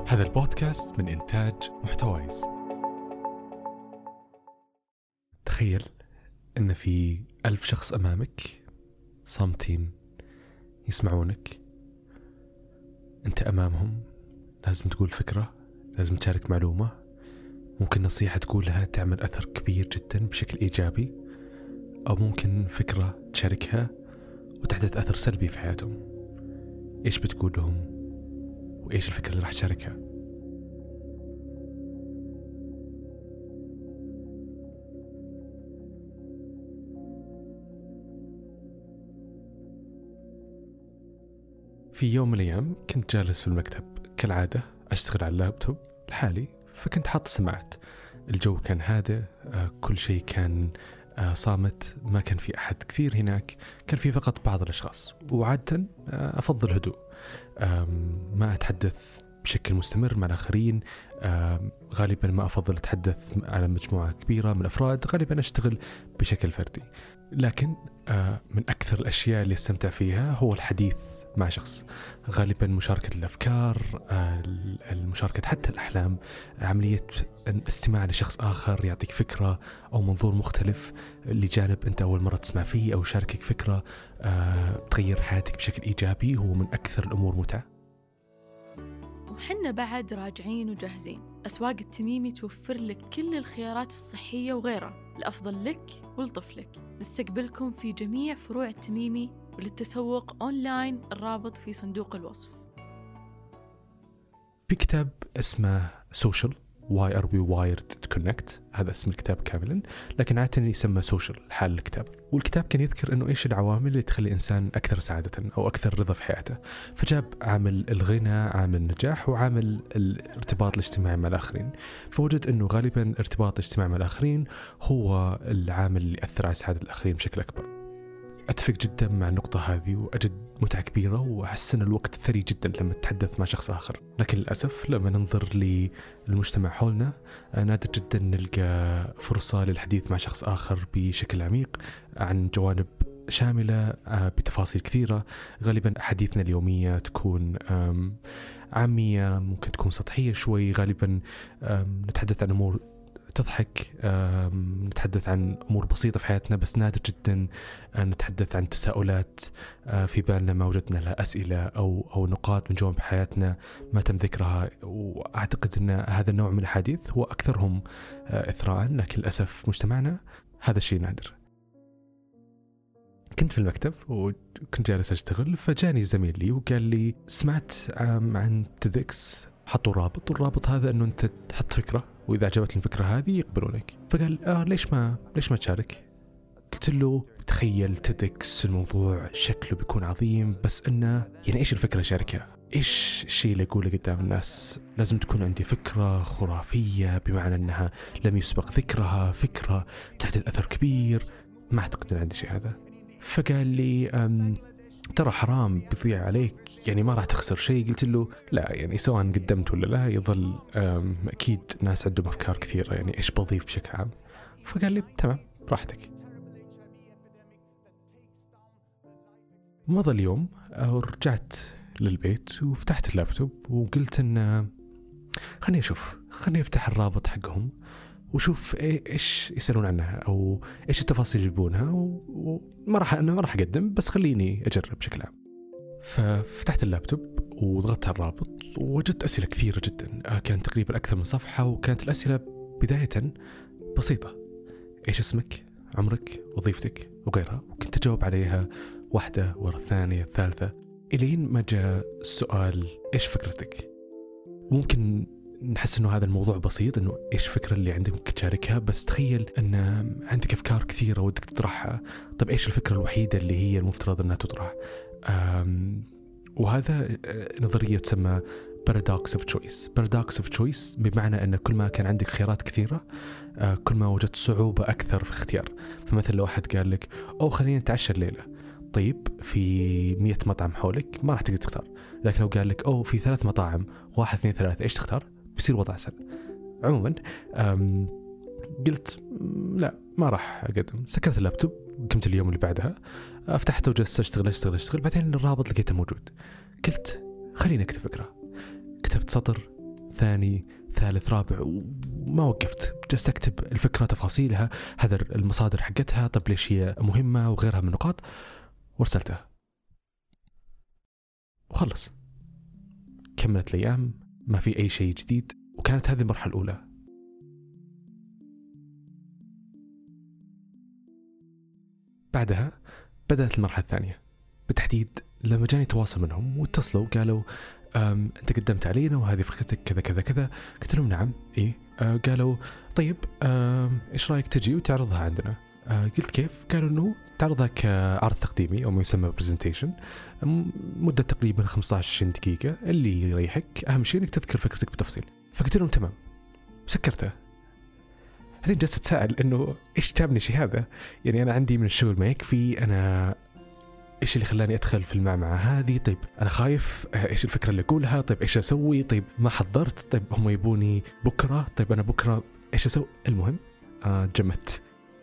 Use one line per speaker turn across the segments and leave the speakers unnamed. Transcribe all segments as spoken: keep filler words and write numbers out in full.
هذا البودكاست من إنتاج محتويس. تخيل أن في ألف شخص أمامك صامتين يسمعونك، أنت أمامهم لازم تقول فكرة، لازم تشارك معلومة، ممكن نصيحة تقولها تعمل أثر كبير جدا بشكل إيجابي، أو ممكن فكرة تشاركها وتحدث أثر سلبي في حياتهم. إيش بتقول لهم؟ وإيش الفكرة اللي راح تشاركها؟ في يوم من الأيام كنت جالس في المكتب كالعادة أشتغل على اللابتوب لحالي، فكنت حاط سماعات. الجو كان هادئ، كل شيء كان صامت، ما كان في أحد كثير هناك، كان في فقط بعض الأشخاص. وعادة أفضل هدوء، ما أتحدث بشكل مستمر مع الآخرين، غالبا ما أفضل أتحدث على مجموعة كبيرة من الأفراد، غالبا أشتغل بشكل فردي. لكن من أكثر الأشياء اللي استمتع فيها هو الحديث مع شخص، غالبا مشاركة الأفكار، المشاركة حتى الأحلام، عملية الاستماع لشخص آخر يعطيك فكرة أو منظور مختلف لجانب أنت أول مرة تسمع فيه، أو يشاركك فكرة تغير حياتك بشكل إيجابي، هو من أكثر الأمور متعة.
وحنا بعد راجعين وجاهزين. أسواق التميمي توفر لك كل الخيارات الصحية وغيرها الأفضل لك ولطفلك. نستقبلكم في جميع فروع التميمي، وللتسوق أونلاين الرابط في صندوق الوصف.
في كتاب اسمه Social Why Are We Wired to Connect، هذا اسم الكتاب كاملا، لكن عادة يسمى Social حال الكتاب. والكتاب كان يذكر أنه إيش العوامل اللي تخلي الإنسان أكثر سعادة أو أكثر رضا في حياته، فجاب عامل الغنى، عامل النجاح، وعامل الارتباط الاجتماعي مع الآخرين. فوجد أنه غالبا الارتباط الاجتماعي مع الآخرين هو العامل اللي يأثر على سعادة الآخرين بشكل أكبر. أتفق جدا مع النقطة هذه، وأجد متعة كبيرة، وأحس أن الوقت ثري جدا لما تتحدث مع شخص آخر. لكن للأسف لما ننظر للمجتمع حولنا نادر جدا نلقى فرصة للحديث مع شخص آخر بشكل عميق عن جوانب شاملة بتفاصيل كثيرة. غالبا حديثنا اليومية تكون عامية، ممكن تكون سطحية شوي، غالبا نتحدث عن أمور تضحك، نتحدث عن أمور بسيطة في حياتنا، بس نادر جدا نتحدث عن تساؤلات في بالنا ما وجدنا لها أسئلة، أو أو نقاط من جوانب حياتنا ما تم ذكرها. وأعتقد أن هذا النوع من الحديث هو أكثرهم إثراء، لكن للأسف مجتمعنا هذا الشيء نادر. كنت في المكتب وكنت جالس أشتغل، فجاني زميل لي وقال لي سمعت عن تيدكس، حطوا رابط، والرابط هذا أنه أنت تحط فكرة، وإذا عجبت الفكرة هذه يقبلونك. فقال آه ليش ما ليش ما تشارك؟ قلت له تخيل تيدكس الموضوع شكله بيكون عظيم، بس إنه يعني إيش الفكرة شاركها؟ إيش الشيء اللي أقوله قدام الناس؟ لازم تكون عندي فكرة خرافية، بمعنى أنها لم يسبق ذكرها، فكرة تحدث أثر كبير. ما أعتقد أن عندي شيء هذا. فقال لي أم ترى حرام بيضيع عليك، يعني ما راح تخسر شيء. قلت له لا، يعني سواء قدمت ولا لا يظل أكيد ناس عندهم أفكار كثيرة، يعني إيش بضيف بشكل عام. فقال لي تمام براحتك. مضى اليوم ورجعت للبيت وفتحت اللابتوب وقلت إن خلني أشوف خلني أفتح الرابط حقهم وشوف إيش يسألون عنها أو إيش التفاصيل اللي يبونها، وما راح أنا ما راح أقدم، بس خليني أجرب بشكل عام. ففتحت اللابتوب وضغطت على الرابط ووجدت أسئلة كثيرة جدا، كانت تقريبا أكثر من صفحة، وكانت الأسئلة بداية بسيطة: إيش اسمك، عمرك، وظيفتك، وغيرها. وكنت أجاوب عليها واحدة ورا الثانية الثالثة، إلين ما جاء السؤال إيش فكرتك. ممكن نحس إنه هذا الموضوع بسيط، إنه إيش الفكرة اللي عندك ممكن تشاركها، بس تخيل أن عندك أفكار كثيرة ودك تطرحها. طب إيش الفكرة الوحيدة اللي هي المفترض أنها تطرح؟ وهذا نظرية تسمى paradox of choice. paradox of choice بمعنى أن كل ما كان عندك خيارات كثيرة كل ما وجدت صعوبة أكثر في اختيار. فمثلا لو أحد قال لك أو خلينا نتعشى الليلة، طيب في مية مطعم حولك ما راح تقدر تختار. لكن لو قال لك أو في ثلاث مطاعم، واحد اثنين ثلاثة، إيش تختار؟ بيصير وضع أسهل. عموما قلت لا ما راح أقدم. سكرت اللابتوب، قمت اليوم اللي بعدها فتحته وجلست أشتغل أشتغل أشتغل بعدين الرابط لقيته موجود. قلت خليني أكتب فكرة. كتبت سطر ثاني ثالث رابع وما وقفت، جلست أكتب الفكرة تفاصيلها، هذا المصادر حقتها، طب ليش هي مهمة وغيرها من النقاط، وارسلتها وخلص. كملت الأيام ما في أي شيء جديد، وكانت هذه المرحلة الأولى. بعدها بدأت المرحلة الثانية بالتحديد، لما جاني تواصل منهم واتصلوا قالوا أنت قدمت علينا وهذه فكرتك كذا كذا كذا. قلت لهم نعم إيه. آه قالوا طيب آه إيش رأيك تجي وتعرضها عندنا؟ آه قلت كيف؟ قالوا إنه تعرضها كعرض تقديمي أو ما يسمى برزنتيشن، مدة تقريبا خمسة عشر عشرين دقيقة، اللي يريحك أهم شيء إنك تذكر فكرتك بتفصيل. فقلت لهم تمام، سكرته. بعدين جلست أتساءل إنه إيش جابني شيء هذا، يعني أنا عندي من الشغل ما يكفي، أنا إيش اللي خلاني أدخل في المعمعة هذه؟ طيب أنا خايف، إيش الفكرة اللي أقولها؟ طيب إيش أسوي؟ طيب ما حضرت، طيب هم يبوني بكرة، طيب أنا بكرة إيش أسوي؟ المهم آه جمت.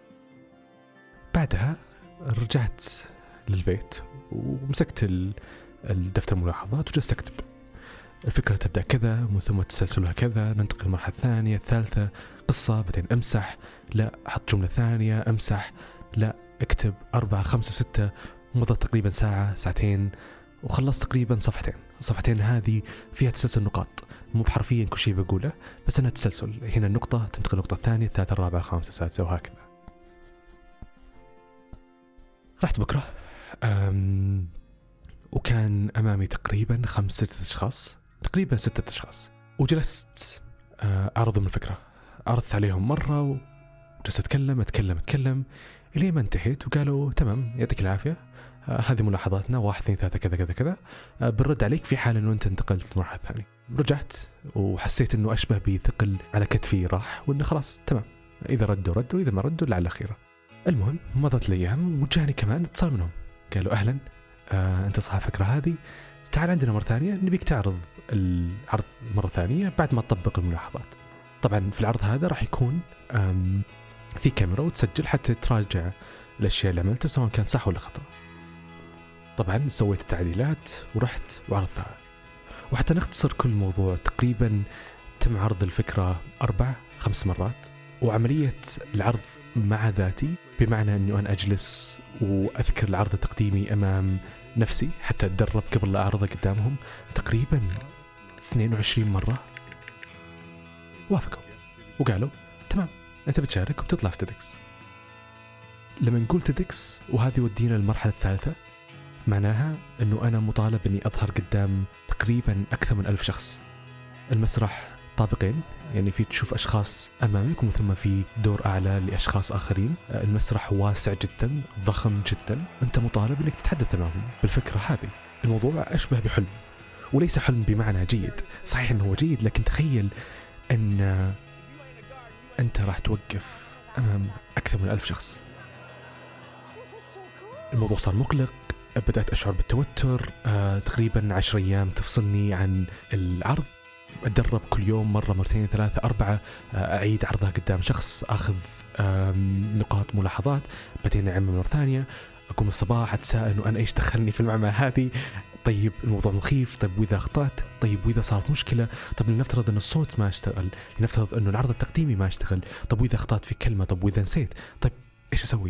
بعدها رجعت للبيت ومسكت الدفتر ملاحظات وجلست أكتب الفكرة تبدأ كذا، من ثم تسلسلها كذا، ننتقل المرحلة الثانية الثالثة، قصة، بعدين أمسح، لا أحط جملة ثانية، أمسح، لا أكتب، أربعة خمسة ستة. مضت تقريبا ساعة ساعتين وخلصت تقريبا صفحتين. الصفحتين هذه فيها تسلسل نقاط، مو بحرفيا كل شيء بقوله، بس أنا تسلسل، هنا النقطة تنتقل النقطة الثانية الثالثة الرابعة الخامسة السادسة وهكذا. رحت بكرة أم وكان أمامي تقريبا خمسة ستة أشخاص، تقريبا ستة أشخاص، وجلست أعرضهم الفكرة. عرضت عليهم مرة وجلست أتكلم أتكلم أتكلم إلي ما انتهيت، وقالوا تمام يعطيك العافية، آه هذه ملاحظاتنا واحد اثنين ثلاثة كذا كذا كذا، آه بنرد عليك في حال أنه أنت انتقلت للمرحلة الثانية. رجعت وحسيت أنه أشبه بثقل على كتفي راح، وأنه خلاص تمام، إذا ردوا ردوا، إذا ما ردوا لعل خيرة. المهم مضت الأيام وجاني كمان اتصال منهم، قالوا أهلا آه أنت صاحب الفكرة هذه، تعال عندنا مرة ثانية نبيك تعرض العرض مرة ثانية بعد ما تطبق الملاحظات. طبعا في العرض هذا راح يكون في كاميرا وتسجل حتى تراجع الأشياء اللي عملتها سواء كان صح ولا خطأ. طبعا سويت التعديلات ورحت وعرضتها، وحتى نختصر كل موضوع تقريبا تم عرض الفكرة أربع خمس مرات. وعملية العرض مع ذاتي بمعنى أنه أنا أجلس وأذكر العرض التقديمي أمام نفسي حتى أتدرب قبل لا أعرضه قدامهم تقريبا اثنين وعشرين مرة. وافقوا وقالوا تمام أنت بتشارك وبتطلع في تيدكس. لما نقول تيدكس وهذه ودينا للمرحلة الثالثة، معناها أنه أنا مطالب أني أظهر قدام تقريبا أكثر من ألف شخص. المسرح طابقين، يعني في تشوف أشخاص أمامك ومن ثم في دور أعلى لأشخاص آخرين. المسرح واسع جدا ضخم جدا، أنت مطالب أنك تتحدث أمامهم بالفكرة هذه. الموضوع أشبه بحلم، وليس حلم بمعنى جيد، صحيح أنه هو جيد، لكن تخيل أن أنت راح توقف أمام أكثر من ألف شخص. الموضوع صار مقلق، بدأت أشعر بالتوتر. آه، تقريبا عشر أيام تفصلني عن العرض، أتدرب كل يوم مرة مرتين ثلاثة أربعة، آه، أعيد عرضها قدام شخص، أخذ نقاط ملاحظات، بعدين أعمل مرة ثانية، أقوم الصباح أتساءل إنه أنا إيش دخلني في المعمعة هذه، طيب الموضوع مخيف، طيب وإذا أخطأت، طيب وإذا صارت مشكلة، طب لنفترض أن الصوت ما اشتغل، لنفترض أنه العرض التقديمي ما اشتغل، طب وإذا أخطأت في كلمة، طب وإذا نسيت، طيب إيش أسوي؟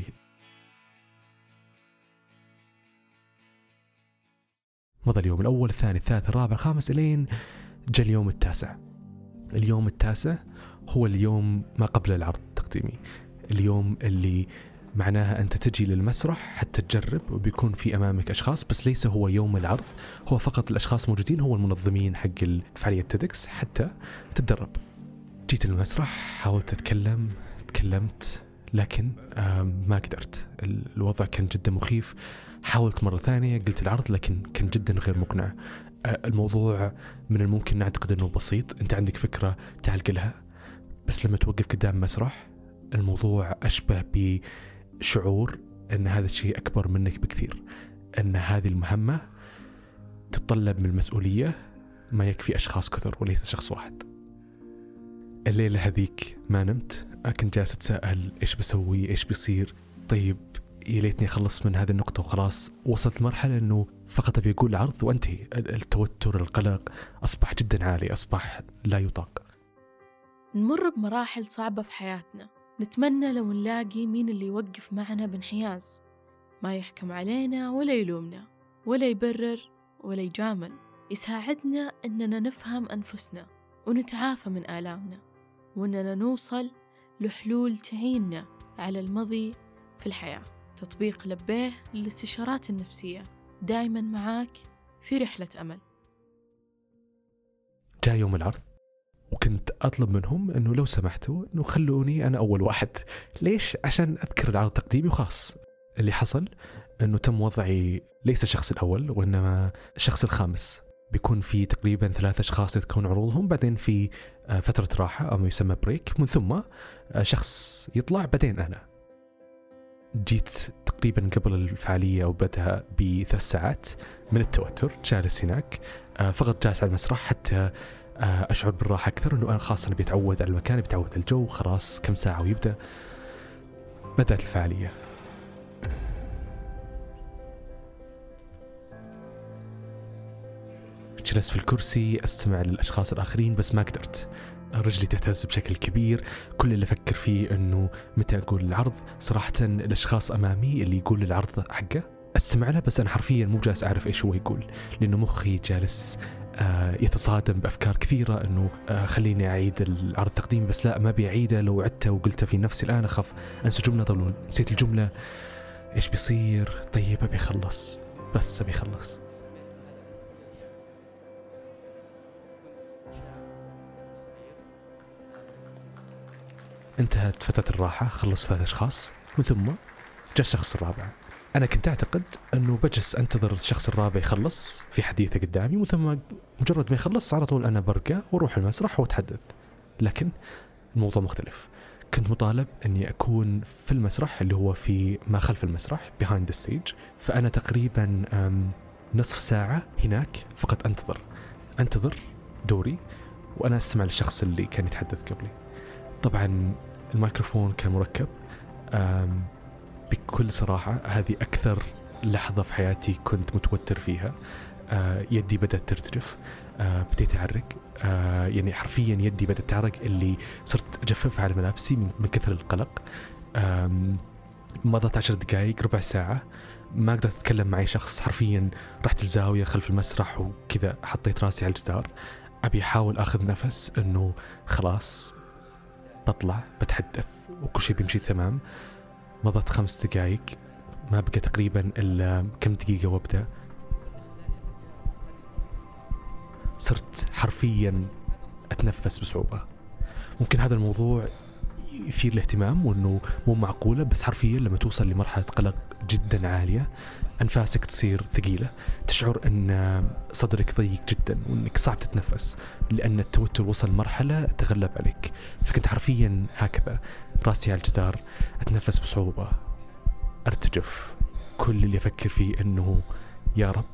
مضى اليوم الأول الثاني الثالث الرابع الخامس إلين جاء اليوم التاسع. اليوم التاسع هو اليوم ما قبل العرض التقديمي، اليوم اللي معناها أنت تجي للمسرح حتى تجرب، وبيكون في أمامك أشخاص، بس ليس هو يوم العرض، هو فقط الأشخاص موجودين، هو المنظمين حق الفعالية تيدكس حتى تتدرب. جيت للمسرح، حاولت أتكلم، تكلمت، لكن ما قدرت، الوضع كان جدا مخيف. حاولت مرة ثانية، قلت العرض، لكن كان جدا غير مقنع. الموضوع من الممكن نعتقد أنه بسيط، أنت عندك فكرة تعال لها، بس لما توقف قدام مسرح الموضوع أشبه بشعور أن هذا الشيء أكبر منك بكثير، أن هذه المهمة تتطلب من المسؤولية ما يكفي أشخاص كثر وليس شخص واحد. الليلة هذيك ما نمت، كنت جالس أتساءل إيش بسوي، إيش بيصير، طيب يا ليتني أخلص من هذه النقطة وخلاص. وصلت لمرحلة أنه فقط أبي أقول عرض وأنتهي. التوتر القلق أصبح جدا عالي، أصبح لا يطاق.
نمر بمراحل صعبة في حياتنا، نتمنى لو نلاقي مين اللي يوقف معنا بانحياز، ما يحكم علينا ولا يلومنا ولا يبرر ولا يجامل، يساعدنا أننا نفهم أنفسنا ونتعافى من آلامنا، وأننا نوصل لحلول تعيننا على المضي في الحياة. تطبيق لبيه للاستشارات النفسية، دائما معاك في رحلة أمل.
جاء يوم العرض وكنت أطلب منهم أنه لو سمحتوا أنه خلوني أنا أول واحد. ليش؟ عشان أذكر العرض تقديمي وخاص. اللي حصل أنه تم وضعي ليس الشخص الأول وإنما الشخص الخامس. بيكون في تقريبا ثلاثة أشخاص يذكرون عروضهم، بعدين في فترة راحة أو ما يسمى بريك، من ثم شخص يطلع، بعدين أنا. جيت تقريبا قبل الفعالية أو بدها بثلاث ساعات من التوتر، جالس هناك فقط جالس على المسرح حتى أشعر بالراحة أكثر، أنه أنا خاصة أنا بيتعود على المكان، بيتعود على الجو، خلاص كم ساعة ويبدأ. بدأت الفعالية. جلست في الكرسي أستمع للأشخاص الآخرين، بس ما قدرت، رجلي تهتز بشكل كبير. كل اللي أفكر فيه أنه متى أقول العرض. صراحة الأشخاص أمامي اللي يقول العرض حقه أستمع له، بس أنا حرفيا مو جالس أعرف إيش هو يقول، لأنه مخي جالس آه يتصادم بأفكار كثيرة، أنه آه خليني أعيد العرض التقديمي، بس لا ما بيعيده، لو عدته وقلته في نفسي الآن أخاف أنسى جملة، طب نسيت الجملة إيش بيصير؟ طيب أبي أخلص، بس أبي أخلص. انتهت فترة الراحة، خلصوا ثلاث أشخاص، من ثم جاء الشخص الرابع. أنا كنت أعتقد أنه بجلس أنتظر الشخص الرابع يخلص في حديثه قدامي، وثم مجرد ما يخلص على طول أنا برقى وأروح المسرح وأتحدث. لكن الموضوع مختلف. كنت مطالب أني أكون في المسرح اللي هو في ما خلف المسرح behind the stage. فأنا تقريبا نصف ساعة هناك فقط أنتظر أنتظر دوري، وأنا أستمع للشخص اللي كان يتحدث قبلي. طبعا الميكروفون كان مركب. بكل صراحة هذه أكثر لحظة في حياتي كنت متوتر فيها. يدي بدأت ترتجف، بديت أعرق، يعني حرفيا يدي بدأت تعرق، اللي صرت أجفف على ملابسي من كثر القلق. مضت عشر دقائق، ربع ساعة، ما قدرت أتكلم مع أي شخص. حرفيا رحت الزاوية خلف المسرح وكذا حطيت راسي على الجدار، أبي أحاول أخذ نفس أنه خلاص بطلع بتحدث وكل شيء بيمشي تمام. مضت خمس دقائق، ما بقى تقريبا إلا كم دقيقة وابدأ. صرت حرفيا أتنفس بصعوبة. ممكن هذا الموضوع يثير الاهتمام وأنه مو معقولة، بس حرفيا لما توصل لمرحلة قلق جدا عالية، أنفاسك تصير ثقيلة، تشعر أن صدرك ضيق جدا وأنك صعب تتنفس، لأن التوتر وصل مرحلة تغلب عليك. فكنت حرفيا هكذا راسي على الجدار، أتنفس بصعوبة، أرتجف. كل اللي أفكر فيه أنه يا رب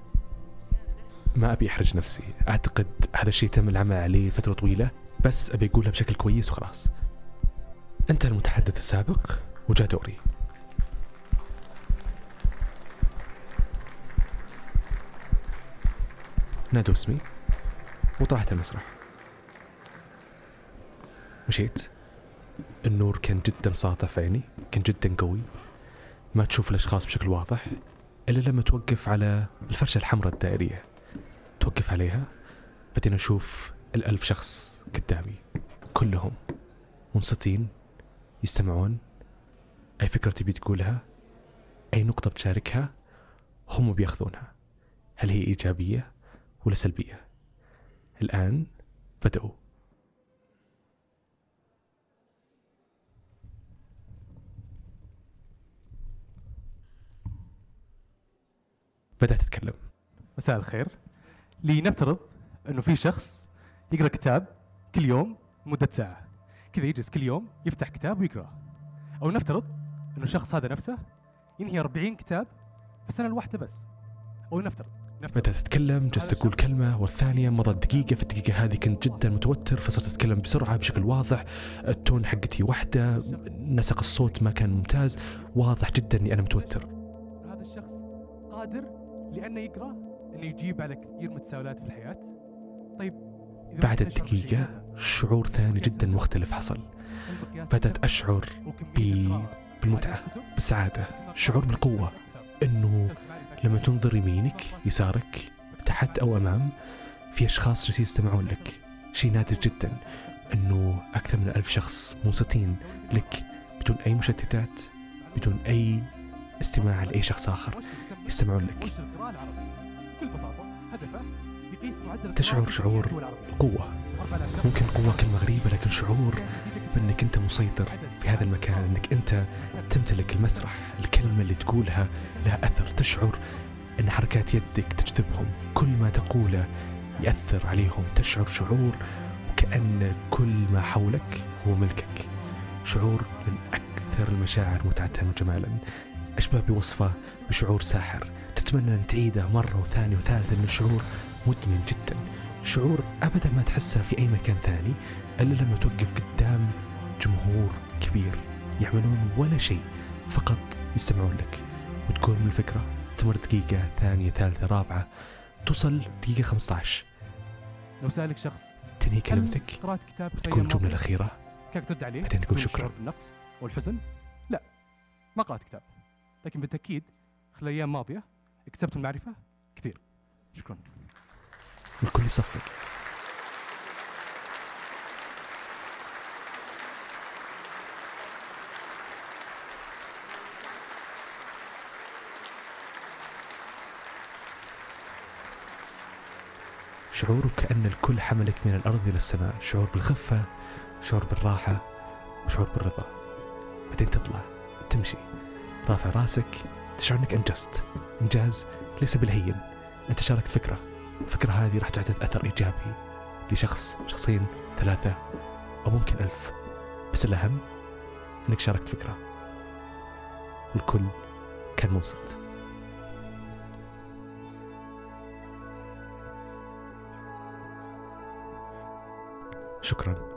ما أبي أحرج نفسي. أعتقد هذا الشيء تم العمل عليه فترة طويلة، بس أبي أقولها بشكل كويس وخلاص. انتهى المتحدث السابق وجاء دوري. نادوا اسمي وطلعت المسرح. مشيت. النور كان جدا ساطع في عيني، كان جدا قوي، ما تشوف الأشخاص بشكل واضح إلا لما توقف على الفرشة الحمراء الدائرية. توقف عليها بدينا نشوف الألف شخص قدامي، كلهم منصتين يستمعون. أي فكرة تبي تقولها، أي نقطة بتشاركها، هم بيأخذونها. هل هي إيجابية ولا سلبية؟ الآن بدأوا. بدأت أتكلم.
مساء الخير. لنفترض أنه في شخص يقرأ كتاب كل يوم مدة ساعة، كذا يجلس كل يوم يفتح كتاب ويقرأ. أو نفترض أنه الشخص هذا نفسه ينهي أربعين كتاب في السنة الواحدة بس. أو نفترض, نفترض.
بدأت أتكلم، جلست أقول كلمة والثانية، مضت دقيقة. في الدقيقة هذه كنت جدا متوتر، فصرت أتكلم بسرعة بشكل واضح. التون حقتي واحدة، نسق الصوت ما كان ممتاز، واضح جدا أني أنا متوتر.
هذا الشخص قادر لأنه يقرأ أنه يجيب على كثير من التساؤلات في الحياة. طيب
بعد الدقيقة شعور ثاني جدا مختلف حصل. بدأت أشعر ب- بالمتعة، بالسعادة، شعور بالقوة، أنه لما تنظر يمينك يسارك تحت أو أمام في أشخاص جالسين يستمعون لك. شيء نادر جدا أنه أكثر من ألف شخص منصتين لك بدون أي مشتتات، بدون أي استماع لأي شخص آخر، يستمعون لك. تشعر شعور قوة، ممكن قوة كلمة غريبة، لكن شعور بأنك أنت مسيطر في هذا المكان، أنك أنت تمتلك المسرح، الكلمة اللي تقولها لها أثر. تشعر أن حركات يدك تجذبهم، كل ما تقوله يأثر عليهم. تشعر شعور وكأن كل ما حولك هو ملكك. شعور من أكثر المشاعر متعة وجمالا، أشبه بوصفه بشعور ساحر، تتمنى أن تعيده مرة وثانية وثالثة، لأنه شعور مدمن جدا، شعور أبدا ما تحسه في أي مكان ثاني إلا لما توقف قدام جمهور كبير يعملون ولا شيء، فقط يستمعون لك. وتكون من الفكرة تمر دقيقة، ثانية، ثالثة، رابعة، توصل دقيقة خمسة عشر.
لو سألك شخص
تنهي كلمتك
قرأت كتاب
تقول الجملة الأخيرة،
كيف ترد عليه؟
بعدين تقول شكرا.
الشعور بالنقص والحزن؟ لا، ما قرأت كتاب، لكن بالتأكيد خلال الأيام الماضية اكتسبت المعرفة كثير. شكرا.
والكل يصفق. شعور كأن الكل حملك من الأرض إلى السماء، شعور بالخفة، شعور بالراحة، وشعور بالرضا. بعدين تطلع تمشي رافع راسك، تشعر أنك أنجزت إنجاز ليس بالهين. أنت شاركت فكرة، الفكرة هذه راح تحدث أثر إيجابي لشخص، شخصين، ثلاثة، أو ممكن ألف، بس الأهم أنك شاركت فكرة والكل كان منصت. شكراً.